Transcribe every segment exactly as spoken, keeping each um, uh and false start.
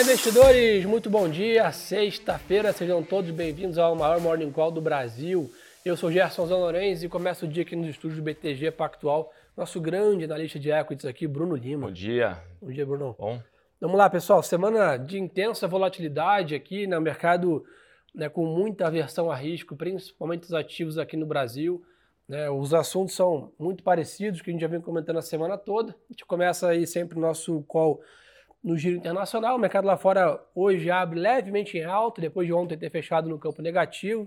investidores, muito bom dia, sexta-feira, sejam todos bem-vindos ao maior Morning Call do Brasil. Eu sou Gerson Zanlorenzi e começo o dia aqui nos estúdios do B T G Pactual, nosso grande analista de equities aqui, Bruno Lima. Bom dia. Bom dia, Bruno. Bom. Vamos lá, pessoal, semana de intensa volatilidade aqui, né, mercado, né, com muita aversão a risco, principalmente os ativos aqui no Brasil. Né, os assuntos são muito parecidos, que a gente já vem comentando a semana toda. A gente começa aí sempre o nosso call no giro internacional. O mercado lá fora hoje abre levemente em alta, depois de ontem ter fechado no campo negativo.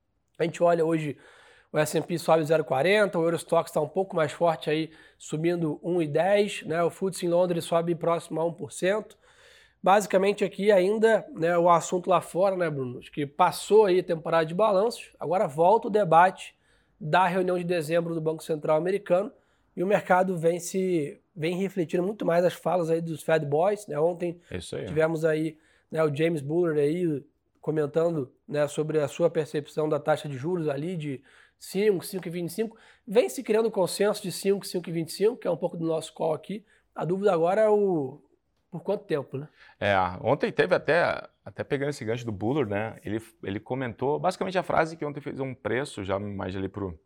A gente olha hoje, o S and P sobe zero vírgula quarenta, o Eurostoxx está um pouco mais forte aí, subindo um vírgula dez, né? O F T S E em Londres sobe próximo a um por cento. Basicamente aqui ainda, né, o assunto lá fora, né, Bruno? Acho que passou aí a temporada de balanços, agora volta o debate da reunião de dezembro do Banco Central americano e o mercado vem se vem refletindo muito mais as falas aí dos Fed Boys, né? Ontem aí. tivemos aí, né, o James Bullard aí comentando, né, sobre a sua percepção da taxa de juros ali de cinco, cinco vírgula vinte e cinco. Vem se criando o consenso de cinco, cinco vírgula vinte e cinco, que é um pouco do nosso call aqui. A dúvida agora é o por quanto tempo, né? É, ontem teve até, até pegando esse gancho do Bullard, né? Ele, ele comentou basicamente a frase que ontem fez um preço, já mais ali pro,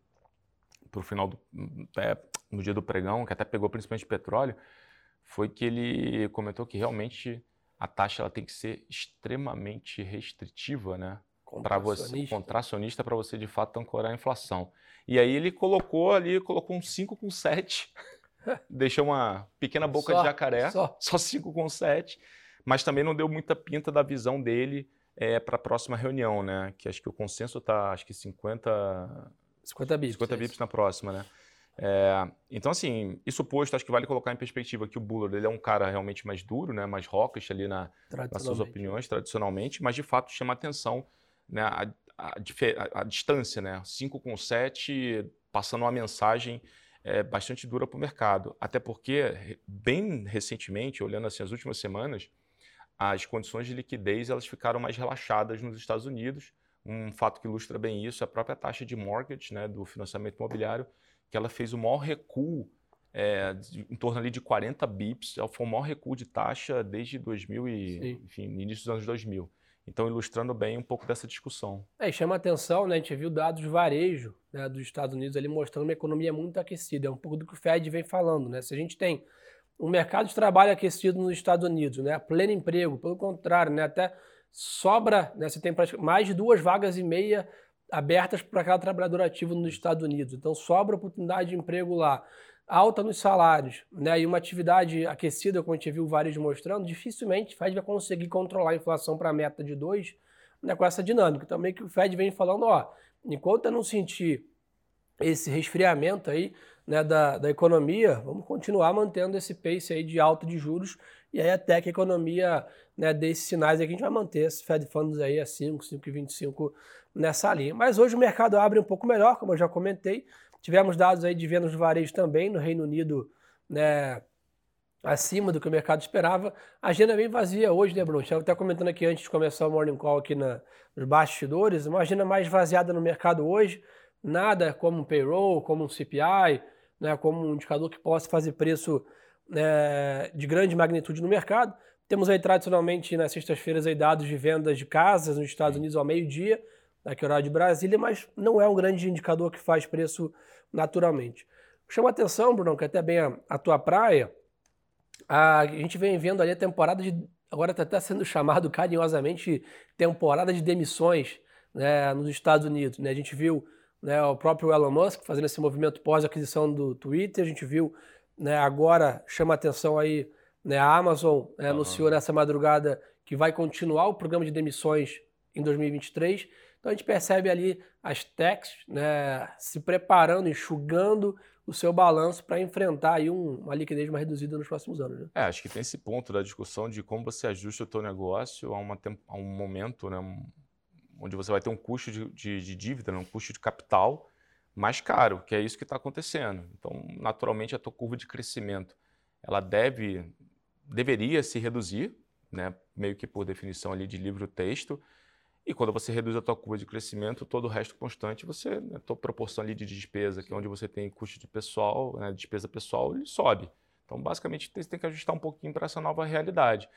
pro final do, é, no dia do pregão, que até pegou principalmente petróleo, foi que ele comentou que realmente a taxa ela tem que ser extremamente restritiva, né? Para você, contracionista, para você de fato ancorar a inflação. E aí ele colocou ali, colocou um cinco com sete, deixou uma pequena boca só, de jacaré, só. só cinco com sete, mas também não deu muita pinta da visão dele é, para a próxima reunião, né? Que acho que o consenso está, acho que cinquenta, cinquenta bips, cinquenta bips na próxima, né? É, então, assim, isso posto, acho que vale colocar em perspectiva que o Bullard ele é um cara realmente mais duro, né? Mais hawkish ali na, nas suas opiniões, tradicionalmente, mas de fato chama atenção, né? a, a, a, a distância, né? cinco com sete, passando uma mensagem é, bastante dura para o mercado. Até porque, bem recentemente, olhando assim as últimas semanas, as condições de liquidez elas ficaram mais relaxadas nos Estados Unidos. Um fato que ilustra bem isso é a própria taxa de mortgage, né, do financiamento imobiliário, que ela fez o maior recuo, é, de, em torno ali de quarenta bips, foi o maior recuo de taxa desde dois mil e, enfim, início dos anos dois mil. Então, ilustrando bem um pouco dessa discussão. É, e chama atenção, né? A gente viu dados de varejo, né, dos Estados Unidos ali mostrando uma economia muito aquecida. É um pouco do que o Fed vem falando, né? Se a gente tem um mercado de trabalho aquecido nos Estados Unidos, né, pleno emprego, pelo contrário, né, até sobra, né, você tem mais de duas vagas e meia abertas para cada trabalhador ativo nos Estados Unidos. Então, sobra oportunidade de emprego lá. Alta nos salários, né, e uma atividade aquecida, como a gente viu o varejo mostrando, dificilmente o Fed vai conseguir controlar a inflação para a meta de dois, né, com essa dinâmica. Também que o Fed vem falando, ó, enquanto eu não sentir esse resfriamento aí, né, da, da economia, vamos continuar mantendo esse pace aí de alta de juros, e aí até que a economia, né, dê esses sinais aí que a gente vai manter esse Fed Funds aí a cinco, cinco vírgula vinte e cinco nessa linha. Mas hoje o mercado abre um pouco melhor, como eu já comentei. Tivemos dados aí de vendas do varejo também no Reino Unido, né, acima do que o mercado esperava. A agenda é bem vazia hoje, né, Bruno? Estava até comentando aqui antes de começar o Morning Call aqui na, nos bastidores, uma agenda mais vaziada no mercado hoje, nada como um payroll, como um C P I, né, como um indicador que possa fazer preço, né, de grande magnitude no mercado. Temos aí tradicionalmente nas sextas-feiras aí dados de vendas de casas nos Estados Unidos ao meio-dia, aqui é horário de Brasília, mas não é um grande indicador que faz preço naturalmente. Chama atenção, Bruno, que é até bem a, a tua praia, a gente vem vendo ali a temporada de, agora está até sendo chamado carinhosamente temporada de demissões, né, nos Estados Unidos. Né? A gente viu, né, o próprio Elon Musk fazendo esse movimento pós-aquisição do Twitter, a gente viu, né, agora chama atenção aí, né, a Amazon, né, anunciou nessa madrugada que vai continuar o programa de demissões em dois mil e vinte e três. Então a gente percebe ali as techs, né, se preparando, enxugando o seu balanço para enfrentar aí um, uma liquidez mais reduzida nos próximos anos. Né? É, acho que tem esse ponto da discussão de como você ajusta o teu negócio a, uma, a um momento, né, um, onde você vai ter um custo de, de, de dívida, né, um custo de capital mais caro, que é isso que está acontecendo. Então, naturalmente, a tua curva de crescimento ela deve, deveria se reduzir, né, meio que por definição ali de livro-texto. E quando você reduz a tua curva de crescimento, todo o resto constante, você, né, a tua proporção ali de despesa, que é onde você tem custo de pessoal, né, despesa pessoal, ele sobe. Então, basicamente, você tem que ajustar um pouquinho para essa nova realidade.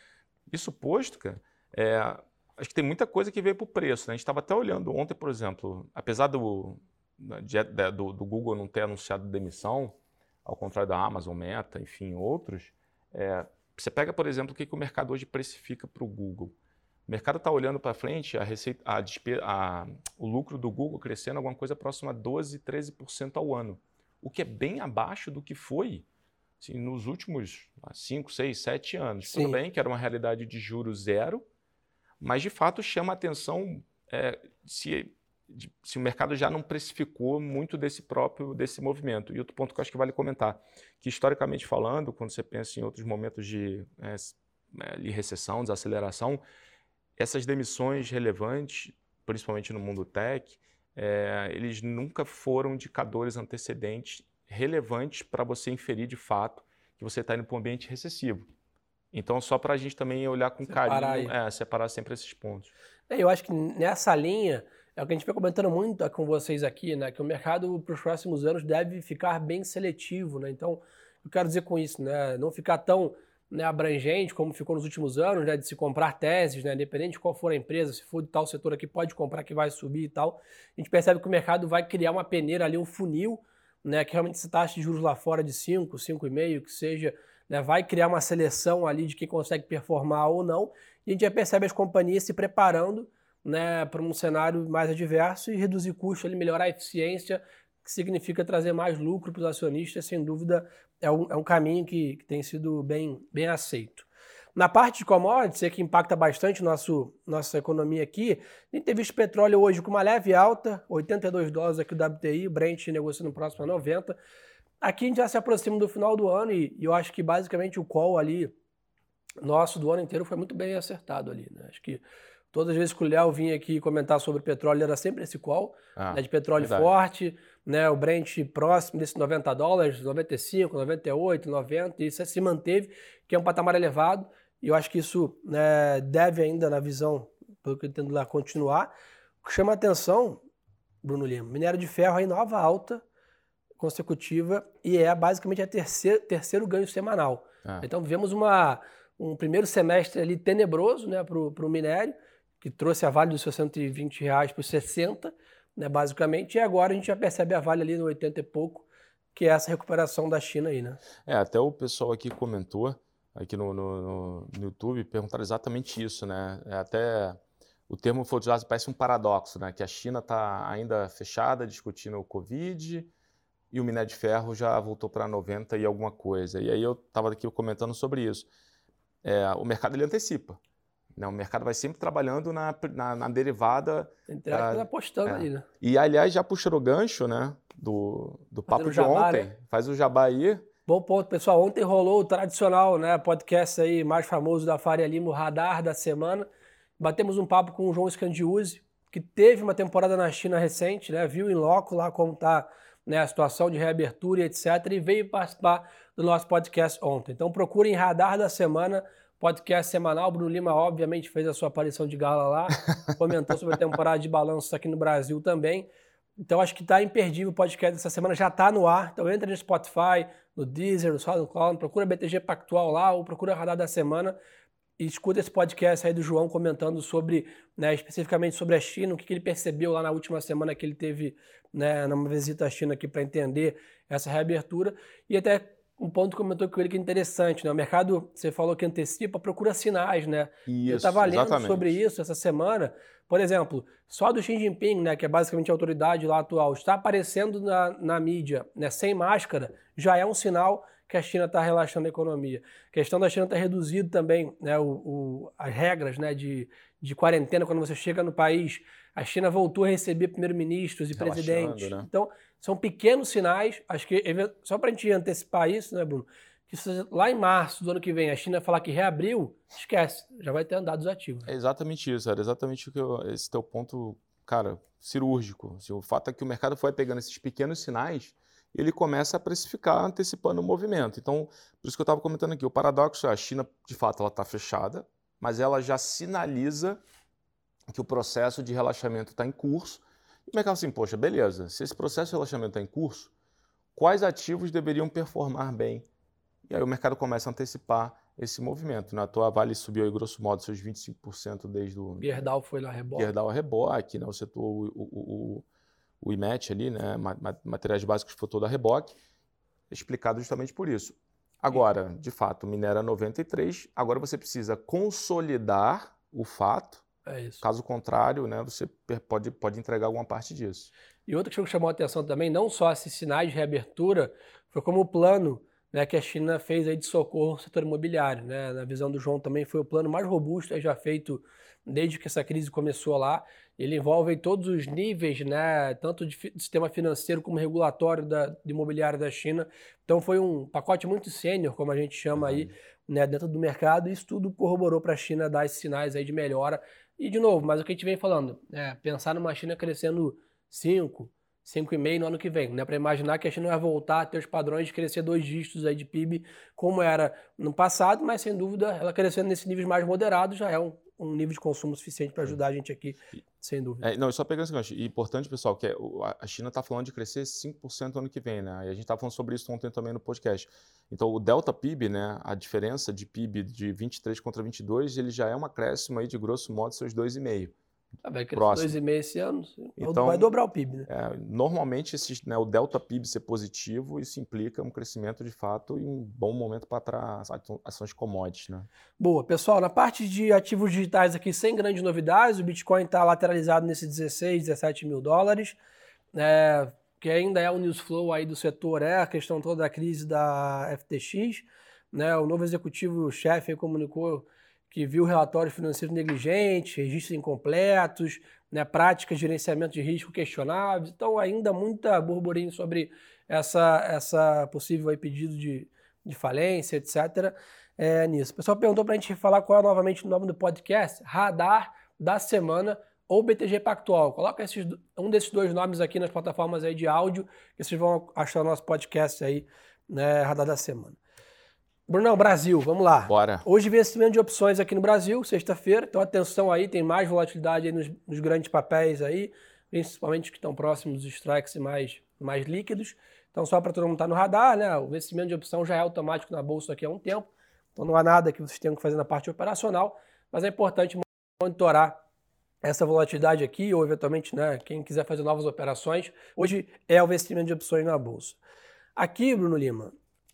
Isso posto, cara, é, acho que tem muita coisa que veio para o preço, né? A gente estava até olhando ontem, por exemplo, apesar do, de, do, do Google não ter anunciado demissão, ao contrário da Amazon, Meta, enfim, outros, é, você pega, por exemplo, o que, que o mercado hoje precifica para o Google. O mercado está olhando para frente, a receita, a, a, o lucro do Google crescendo alguma coisa próxima a doze, treze por cento ao ano, o que é bem abaixo do que foi assim, nos últimos cinco, seis, sete anos. Sim. Tudo bem que era uma realidade de juros zero, mas de fato chama a atenção é, se, de, se o mercado já não precificou muito desse próprio desse movimento. E outro ponto que eu acho que vale comentar, que historicamente falando, quando você pensa em outros momentos de, é, de recessão, desaceleração, essas demissões relevantes, principalmente no mundo tech, é, eles nunca foram indicadores antecedentes relevantes para você inferir de fato que você está indo para um ambiente recessivo. Então, só para a gente também olhar com separar carinho, é, separar sempre esses pontos. Eu acho que nessa linha, é o que a gente vem comentando muito com vocês aqui, né, que o mercado para os próximos anos deve ficar bem seletivo, né? Então, eu quero dizer com isso, né, não ficar tão, né, abrangente como ficou nos últimos anos, né, de se comprar teses, né, independente de qual for a empresa, se for de tal setor aqui, pode comprar que vai subir e tal. A gente percebe que o mercado vai criar uma peneira ali, um funil, né, que realmente essa taxa de juros lá fora de cinco, cinco vírgula cinco, que seja, né, vai criar uma seleção ali de quem consegue performar ou não, e a gente já percebe as companhias se preparando, né, para um cenário mais adverso e reduzir custo, ali, melhorar a eficiência, que significa trazer mais lucro para os acionistas, sem dúvida é um, é um caminho que, que tem sido bem, bem aceito. Na parte de commodities, que impacta bastante nosso, nossa economia aqui, a gente tem visto petróleo hoje com uma leve alta, oitenta e dois dólares aqui o W T I, o Brent negociando próximo a noventa. Aqui a gente já se aproxima do final do ano e, e eu acho que basicamente o call ali nosso do ano inteiro foi muito bem acertado ali, né? Acho que todas as vezes que o Léo vinha aqui comentar sobre petróleo era sempre esse call, ah, né, de petróleo verdade. forte, né, o Brent próximo desses noventa dólares, noventa e cinco, noventa e oito, noventa, e isso se manteve, que é um patamar elevado. E eu acho que isso, né, deve ainda, na visão, pelo que eu entendo lá, continuar. O que chama a atenção, Bruno Lima, minério de ferro aí nova alta consecutiva e é basicamente a terceiro, terceiro ganho semanal. Ah. Então vivemos uma, um primeiro semestre ali tenebroso, né, para o minério, que trouxe a Vale dos seus cento e vinte reais por sessenta, né, basicamente, e agora a gente já percebe a Vale ali no oitenta e pouco, que é essa recuperação da China aí, né? É, até o pessoal aqui comentou, aqui no, no, no YouTube, perguntaram exatamente isso, né? É até o termo foi utilizado, parece um paradoxo, né? Que a China está ainda fechada, discutindo o Covid, e o minério de ferro já voltou para noventa e alguma coisa. E aí eu estava aqui comentando sobre isso. É, o mercado ele antecipa. Né? O mercado vai sempre trabalhando na, na, na derivada. Entra apostando é. ali, né? E aliás, já puxando o gancho, né? Do, do papo de ontem. Né? Faz o jabá aí. Bom ponto, pessoal. Ontem rolou o tradicional, né, podcast aí mais famoso da Faria Lima, o Radar da Semana. Batemos um papo com o João Scandiuzzi, que teve uma temporada na China recente, né, viu em loco lá como está, né, a situação de reabertura e etcétera. E veio participar do nosso podcast ontem. Então procurem Radar da Semana, podcast semanal. Bruno Lima, obviamente, fez a sua aparição de gala lá, comentou sobre a temporada de balanços aqui no Brasil também. Então acho que está imperdível o podcast dessa semana, já está no ar. Então entra no Spotify, no Deezer, no SoundCloud, procura B T G Pactual lá ou procura Radar da Semana e escuta esse podcast aí do João comentando sobre, né, especificamente sobre a China, o que, que ele percebeu lá na última semana que ele teve, né, numa visita à China aqui para entender essa reabertura. E até um ponto que comentou com ele que é interessante, né? O mercado, você falou que antecipa, procura sinais, né? Isso, eu estava lendo exatamente. sobre isso essa semana. Por exemplo, só do Xi Jinping, né, que é basicamente a autoridade lá atual, está aparecendo na, na mídia, né, sem máscara, já é um sinal que a China está relaxando a economia. A questão da China ter reduzido também, né, o, o, as regras, né, de, de quarentena quando você chega no país. A China voltou a receber primeiro-ministros e presidentes. Né? Então, são pequenos sinais. Acho que, só para a gente antecipar isso, né, Bruno? Que se lá em março do ano que vem a China falar que reabriu, esquece, já vai ter andado desativo. É exatamente isso, era exatamente o que eu, esse teu ponto, cara, cirúrgico. Assim, o fato é que o mercado foi pegando esses pequenos sinais e ele começa a precificar antecipando o movimento. Então, por isso que eu estava comentando aqui, o paradoxo é a China, de fato, ela está fechada, mas ela já sinaliza que o processo de relaxamento está em curso. E o mercado assim, poxa, beleza, se esse processo de relaxamento está em curso, quais ativos deveriam performar bem? E aí o mercado começa a antecipar esse movimento. Né? A tua Vale subiu aí, grosso modo, seus vinte e cinco por cento desde o... Gerdau foi lá reboque. Gerdau a reboque, né? O setor, o, o, o, o I M E T ali, né? Materiais básicos foi todo a reboque, explicado justamente por isso. Agora, de fato, minera noventa e três, agora você precisa consolidar o fato, é isso. Caso contrário, né, você pode, pode entregar alguma parte disso. E outra questão que chamou a atenção também, não só esses sinais de reabertura, foi como o plano, né, que a China fez aí de socorro no setor imobiliário. Né? Na visão do João também foi o plano mais robusto aí já feito desde que essa crise começou lá. Ele envolve todos os níveis, né, tanto de sistema financeiro como regulatório da, de imobiliário da China. Então foi um pacote muito sênior, como a gente chama Uhum. aí, né, dentro do mercado, e isso tudo corroborou para a China dar esses sinais aí de melhora. E, de novo, mas o que a gente vem falando, é pensar numa China crescendo cinco, cinco vírgula cinco no ano que vem. Não é para imaginar que a China vai voltar a ter os padrões de crescer dois dígitos aí de P I B, como era no passado, mas sem dúvida ela crescendo nesses níveis mais moderados já é um, um nível de consumo suficiente para ajudar a gente aqui, sem dúvida. É, não, só pegando esse gancho, e importante, pessoal, que é, a China está falando de crescer cinco por cento no ano que vem, né? E a gente estava falando sobre isso ontem também no podcast. Então, o delta P I B, né, a diferença de P I B de vinte e três contra vinte e dois, ele já é um acréscimo aí de grosso modo seus dois vírgula cinco. Ah, vai crescer dois vírgula cinco esse ano, então, vai dobrar o P I B, né? É, normalmente, esses, né, o delta P I B ser positivo, isso implica um crescimento de fato e um bom momento para as ações commodities, né? Boa, pessoal, na parte de ativos digitais aqui, sem grandes novidades, o Bitcoin está lateralizado nesse dezesseis, dezessete mil dólares, é, que ainda é o news flow aí do setor, é a questão toda da crise da F T X, né? O novo executivo-chefe comunicou que viu relatórios financeiros negligentes, registros incompletos, né, práticas de gerenciamento de risco questionáveis. Então, ainda muita burburinho sobre essa, essa possível aí, pedido de, de falência, etcétera. É, nisso. O pessoal perguntou para a gente falar qual é novamente o nome do podcast, Radar da Semana ou B T G Pactual. Coloca esses, um desses dois nomes aqui nas plataformas aí de áudio, que vocês vão achar o nosso podcast aí, né, Radar da Semana. Brunão, Brasil, vamos lá. Bora. Hoje investimento de opções aqui no Brasil, sexta-feira, então atenção aí, tem mais volatilidade aí nos, nos grandes papéis aí, principalmente que estão próximos dos strikes mais, mais líquidos. Então só para todo mundo estar no radar, né? O investimento de opção já é automático na bolsa aqui há um tempo, então não há nada que vocês tenham que fazer na parte operacional, mas é importante monitorar essa volatilidade aqui, ou eventualmente, né, quem quiser fazer novas operações, hoje é o investimento de opções na bolsa. Aqui, Bruno Lima,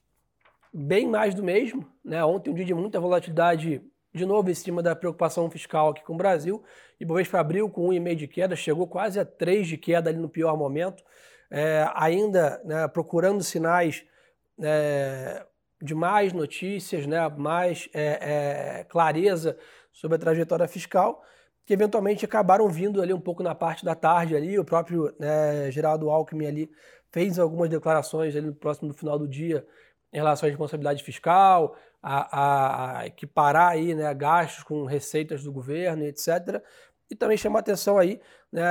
bem mais do mesmo, né? Ontem um dia de muita volatilidade, de novo em cima da preocupação fiscal aqui com o Brasil. Ibovespa abriu com um vírgula cinco de queda, chegou quase a três de queda ali no pior momento. É, ainda, né, procurando sinais é, de mais notícias, né, mais é, é, clareza sobre a trajetória fiscal, que eventualmente acabaram vindo ali um pouco na parte da tarde ali. O próprio, né, Geraldo Alckmin ali fez algumas declarações ali no próximo do final do dia em relação à responsabilidade fiscal, a, a, a equiparar aí, né, gastos com receitas do governo, etcétera. E também chama a atenção aí, né,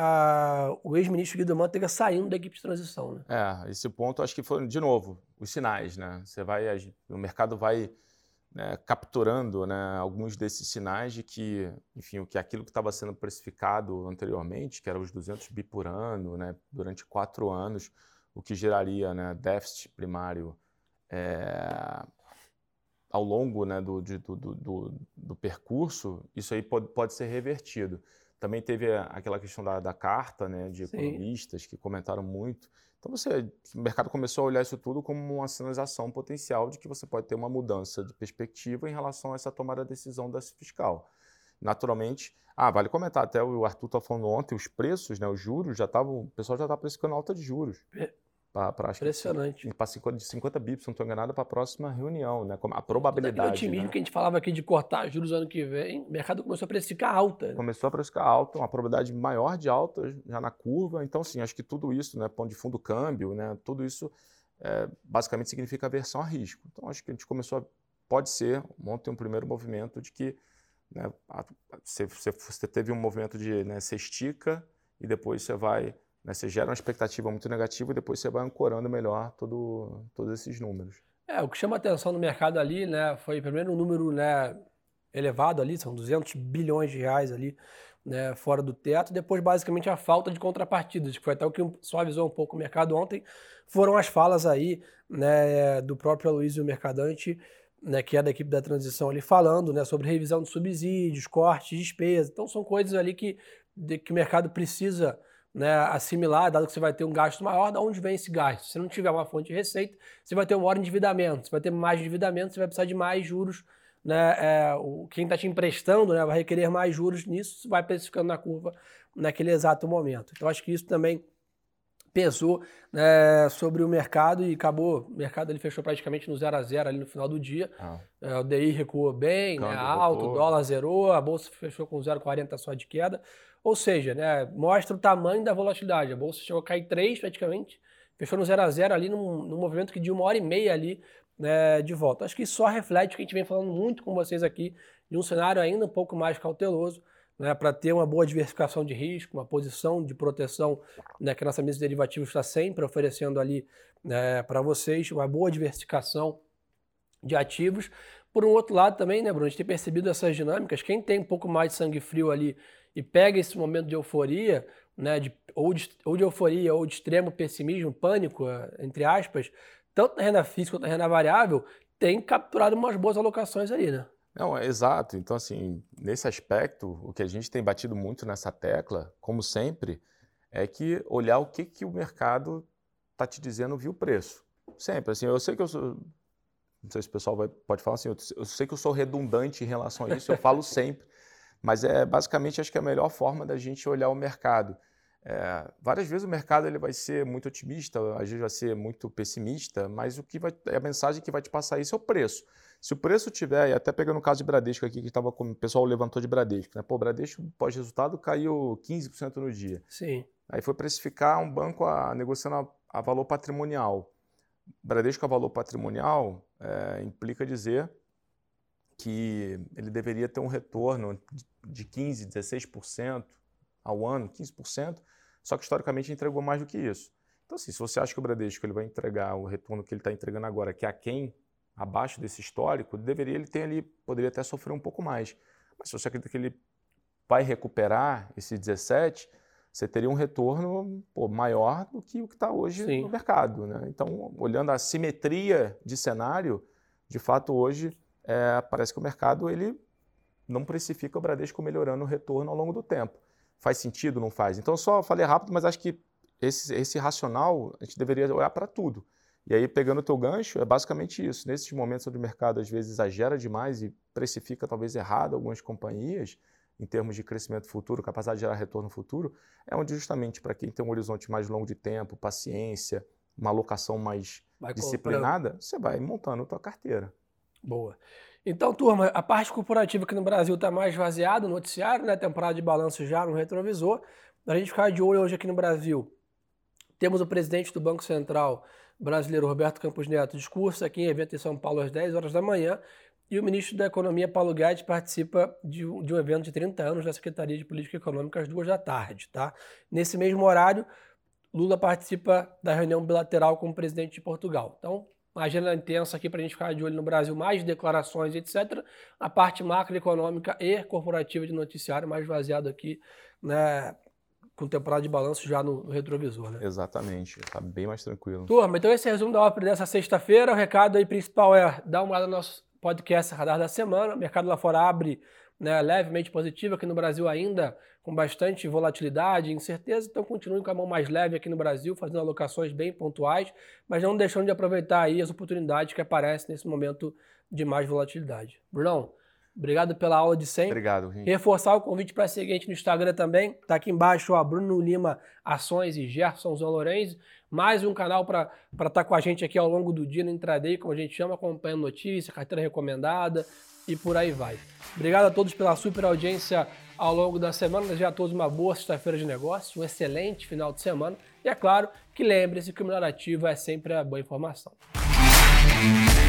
a, o ex-ministro Guido Mantega saindo da equipe de transição. Né? É, esse ponto acho que foi, de novo, os sinais, né? Você vai, o mercado vai, né, capturando, né, alguns desses sinais de que, enfim, o que aquilo que estava sendo precificado anteriormente, que era os duzentos bi por ano, né, durante quatro anos, o que geraria, né, déficit primário É, ao longo, né, do, de, do, do, do percurso, isso aí pode, pode ser revertido. Também teve aquela questão da, da carta, né, de economistas, sim, que comentaram muito. Então você, o mercado começou a olhar isso tudo como uma sinalização potencial de que você pode ter uma mudança de perspectiva em relação a essa tomada de decisão da fiscal. Naturalmente, ah, vale comentar, até o Arthur estava falando ontem, os preços, né, os juros, já estavam, o pessoal já estava precificando alta de juros. É. Pra, pra, Impressionante. Para cinquenta bips, não estou enganado, para a próxima reunião, né? A probabilidade. O otimismo, né, que a gente falava aqui de cortar juros ano que vem, o mercado começou a precificar alta. Né? Começou a precificar alta, uma probabilidade maior de alta já na curva. Então, sim, acho que tudo isso, né? Pão de fundo câmbio, né? Tudo isso é, basicamente significa aversão a risco. Então, acho que a gente começou a. Pode ser, ontem um primeiro movimento de que, né, a, você, você teve um movimento de, né, você estica e depois você vai. Né, você gera uma expectativa muito negativa e depois você vai ancorando melhor todo, todos esses números. É, o que chama atenção no mercado ali, né, foi primeiro um número, né, elevado ali, são duzentos bilhões de reais ali, né, fora do teto, depois basicamente a falta de contrapartidas, que foi até o que suavizou um pouco o mercado ontem, foram as falas aí, né, do próprio Aloysio Mercadante, né, que é da equipe da transição ali falando, né, sobre revisão de subsídios, cortes, despesas. Então são coisas ali que, de, que o mercado precisa, né, assimilar, dado que você vai ter um gasto maior, de onde vem esse gasto? Se não tiver uma fonte de receita, você vai ter um maior endividamento. Se vai ter mais endividamento, você vai precisar de mais juros, né, é, o, quem está te emprestando, né, vai requerer mais juros nisso, vai precificando na curva naquele exato momento. Então acho que isso também pesou, né, sobre o mercado e acabou, o mercado ele fechou praticamente no zero a zero ali no final do dia. Ah. É, o D I recuou bem, né, alto, o dólar zerou, a bolsa fechou com zero vírgula quarenta só de queda. Ou seja, né, mostra o tamanho da volatilidade. A bolsa chegou a cair três praticamente, fechou no zero a zero ali num, num movimento que de uma hora e meia ali, né, de volta. Acho que só reflete o que a gente vem falando muito com vocês aqui, de um cenário ainda um pouco mais cauteloso, né, para ter uma boa diversificação de risco, uma posição de proteção, né, que a nossa mesa de derivativos está sempre oferecendo ali, né, para vocês, uma boa diversificação de ativos. Por um outro lado também, né, Bruno, a gente tem percebido essas dinâmicas, quem tem um pouco mais de sangue frio ali e pega esse momento de euforia, né, de, ou, de, ou de euforia ou de extremo pessimismo, pânico, entre aspas, tanto na renda fixa quanto na renda variável, tem capturado umas boas alocações ali, né? Não, é exato. Então, assim, nesse aspecto, o que a gente tem batido muito nessa tecla, como sempre, é que olhar o que, que o mercado está te dizendo via o preço. Sempre, assim, eu sei que eu sou... Não sei se o pessoal vai, pode falar assim, eu, eu sei que eu sou redundante em relação a isso, eu falo sempre, mas é basicamente, acho que é a melhor forma da gente olhar o mercado. É, várias vezes o mercado ele vai ser muito otimista, às vezes vai ser muito pessimista, mas o que vai, a mensagem que vai te passar isso é o preço. Se o preço tiver, e até pegando o caso de Bradesco aqui, que tava com, o pessoal levantou de Bradesco, né? Pô, o Bradesco pós-resultado caiu quinze por cento no dia. Sim. Aí foi precificar um banco a, negociando a, a valor patrimonial. Bradesco a valor patrimonial é, implica dizer que ele deveria ter um retorno de quinze por cento, dezesseis por cento ao ano, quinze por cento, só que historicamente entregou mais do que isso. Então, assim, se você acha que o Bradesco ele vai entregar o retorno que ele está entregando agora, que é aquém, abaixo desse histórico, deveria ele ter ali, poderia até sofrer um pouco mais. Mas se você acredita que ele vai recuperar esse dezessete, você teria um retorno, pô, maior do que o que está hoje Sim. no mercado, né? Então, olhando a simetria de cenário, de fato hoje é, parece que o mercado ele não precifica o Bradesco melhorando o retorno ao longo do tempo. Faz sentido, não faz? Então, só falei rápido, mas acho que esse, esse racional a gente deveria olhar para tudo. E aí, pegando o teu gancho, é basicamente isso. Nesses momentos onde o mercado, às vezes, exagera demais e precifica, talvez, errado algumas companhias, em termos de crescimento futuro, capacidade de gerar retorno futuro, é onde, justamente, para quem tem um horizonte mais longo de tempo, paciência, uma alocação mais vai disciplinada, comprando. Você vai montando a tua carteira. Boa. Então, turma, a parte corporativa aqui no Brasil está mais esvaziada, o noticiário, né? Temporada de balanço já no retrovisor. Para a gente ficar de olho hoje aqui no Brasil, temos o presidente do Banco Central brasileiro, Roberto Campos Neto, discurso aqui em evento em São Paulo às dez horas da manhã, e o ministro da Economia, Paulo Guedes, participa de, de um evento de trinta anos da Secretaria de Política Econômica às duas da tarde. Tá? Nesse mesmo horário, Lula participa da reunião bilateral com o presidente de Portugal. Então, uma agenda intensa aqui para a gente ficar de olho no Brasil, mais declarações, etcétera. A parte macroeconômica e corporativa de noticiário mais baseado aqui, né, com temporada de balanço já no, no retrovisor, né? Exatamente, tá bem mais tranquilo. Turma, então esse é o resumo da ópera dessa sexta-feira. O recado aí principal é dar uma olhada no nosso podcast Radar da Semana. O mercado lá fora abre, né, levemente positivo, aqui no Brasil ainda com bastante volatilidade e incerteza, então continue com a mão mais leve aqui no Brasil, fazendo alocações bem pontuais, mas não deixando de aproveitar aí as oportunidades que aparecem nesse momento de mais volatilidade. Brunão, obrigado pela aula de sempre. Obrigado, gente. Reforçar o convite para seguir a gente no Instagram também. Tá aqui embaixo, ó, Bruno Lima Ações e Gerson Zão Lourenço. Mais um canal para estar tá com a gente aqui ao longo do dia no intraday, como a gente chama, acompanhando notícia, carteira recomendada e por aí vai. Obrigado a todos pela super audiência ao longo da semana. Desejo a todos uma boa sexta-feira de negócios, um excelente final de semana. E é claro que lembre-se que o melhor ativo é sempre a boa informação.